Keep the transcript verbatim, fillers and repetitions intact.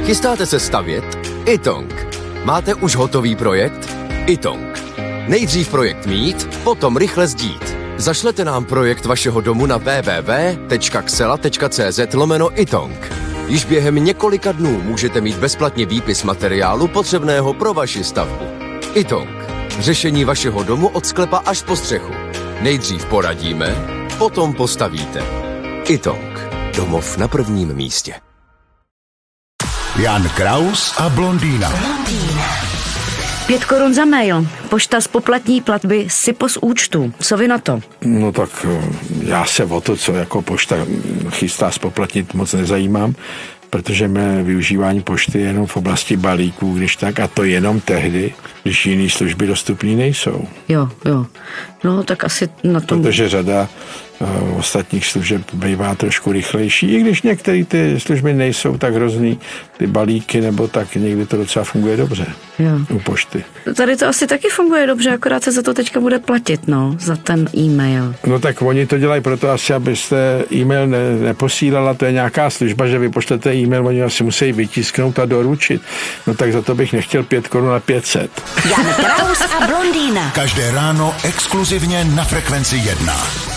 Chystáte se stavět? Itong. Máte už hotový projekt? Itong. Nejdřív projekt mít, potom rychle sdít. Zašlete nám projekt vašeho domu na w w w tečka xela tečka c z lomeno Itong. Již během několika dnů můžete mít bezplatně výpis materiálu potřebného pro vaši stavbu. Itong. Řešení vašeho domu od sklepa až po střechu. Nejdřív poradíme, potom postavíte. Itong. Domov na prvním místě. Jan Kraus a blondýna. Blondýna. Pět korun za mail. Pošta z poplatní platby sypo z účtu. Co vy na to? No tak já se o to, co jako pošta chystá spoplatnit, moc nezajímám, protože mé využívání pošty je jenom v oblasti balíků, když tak, a to jenom tehdy, když jiné služby dostupné nejsou. Jo, jo. No tak asi na tom... Protože řada uh, ostatních služeb bývá trošku rychlejší, i když některé ty služby nejsou tak hrozný, ty balíky, nebo tak někdy to docela funguje dobře. Jo. U pošty. Tady to asi taky funguje dobře, akorát se za to teďka bude platit, no, za ten e-mail. No tak oni to dělají proto asi, abyste e-mail ne, neposílala, to je nějaká služba, že vy pošlete e-mail, oni asi musí vytisknout a doručit. No tak za to bych nechtěl pět korun a pět set. Jan Kraus a blondýna. Každé ráno exkluzivně na Frekvenci jedna.